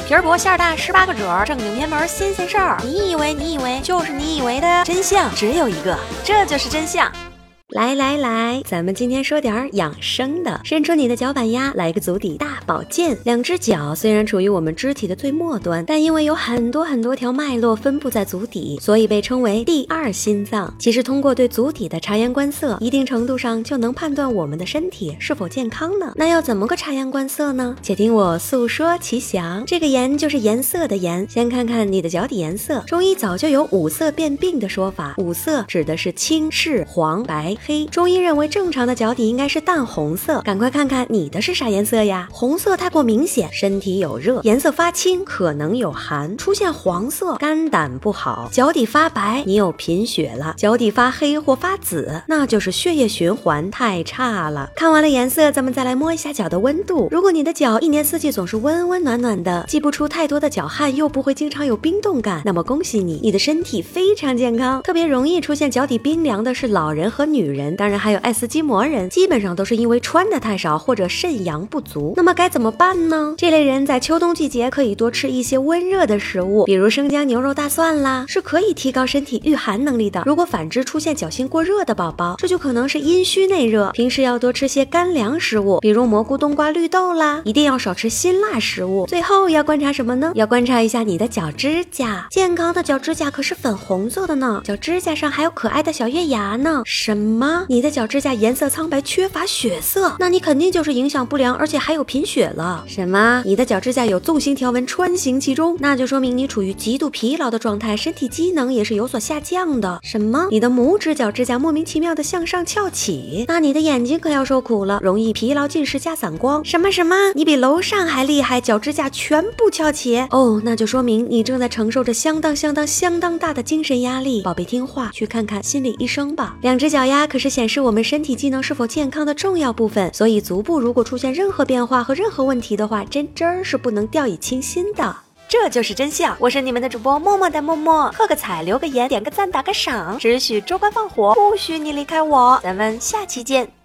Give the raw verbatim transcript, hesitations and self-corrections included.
皮儿薄馅儿大，十八个褶，正经偏门新鲜事儿。你以为你以为就是你以为的，真相只有一个，这就是真相。来来来，咱们今天说点养生的。伸出你的脚板丫，来个足底大保健。两只脚虽然处于我们肢体的最末端，但因为有很多很多条脉络分布在足底，所以被称为第二心脏。其实通过对足底的察言观色，一定程度上就能判断我们的身体是否健康呢。那要怎么个察言观色呢？且听我诉说其详。这个颜就是颜色的颜，先看看你的脚底颜色。中医早就有五色辨病的说法，五色指的是青、赤、黄、白、黑。中医认为正常的脚底应该是淡红色，赶快看看你的是啥颜色呀？红色太过明显，身体有热；颜色发青，可能有寒；出现黄色，肝胆不好；脚底发白，你有贫血了；脚底发黑或发紫，那就是血液循环太差了。看完了颜色，咱们再来摸一下脚的温度。如果你的脚一年四季总是温温暖暖的，既不出太多的脚汗，又不会经常有冰冻感，那么恭喜你，你的身体非常健康。特别容易出现脚底冰凉的是老人和女人，当然还有爱斯基摩人，基本上都是因为穿的太少或者肾阳不足。那么该怎么办呢？这类人在秋冬季节可以多吃一些温热的食物，比如生姜、牛肉、大蒜啦，是可以提高身体御寒能力的。如果反之出现脚心过热的宝宝，这就可能是阴虚内热，平时要多吃些干凉食物，比如蘑菇、冬瓜、绿豆啦，一定要少吃辛辣食物。最后要观察什么呢？要观察一下你的脚指甲，健康的脚指甲可是粉红色的呢，脚指甲上还有可爱的小月牙呢。什么？你的脚指甲颜色苍白，缺乏血色，那你肯定就是影响不良，而且还有贫血了。什么？你的脚指甲有纵形条纹穿行其中，那就说明你处于极度疲劳的状态，身体机能也是有所下降的。什么？你的拇指脚指甲莫名其妙的向上翘起，那你的眼睛可要受苦了，容易疲劳近视加散光。什么什么？你比楼上还厉害，脚指甲全部翘起哦，那就说明你正在承受着相当相当相当大的精神压力。宝贝听话，去看看心理医生吧。两只脚丫可是显示我们身体机能是否健康的重要部分，所以足部如果出现任何变化和任何问题的话，真真儿是不能掉以轻心的。这就是真相，我是你们的主播默默的默默，喝个彩，留个言，点个赞，打个赏，只许州官放火，不许你离开我，咱们下期见。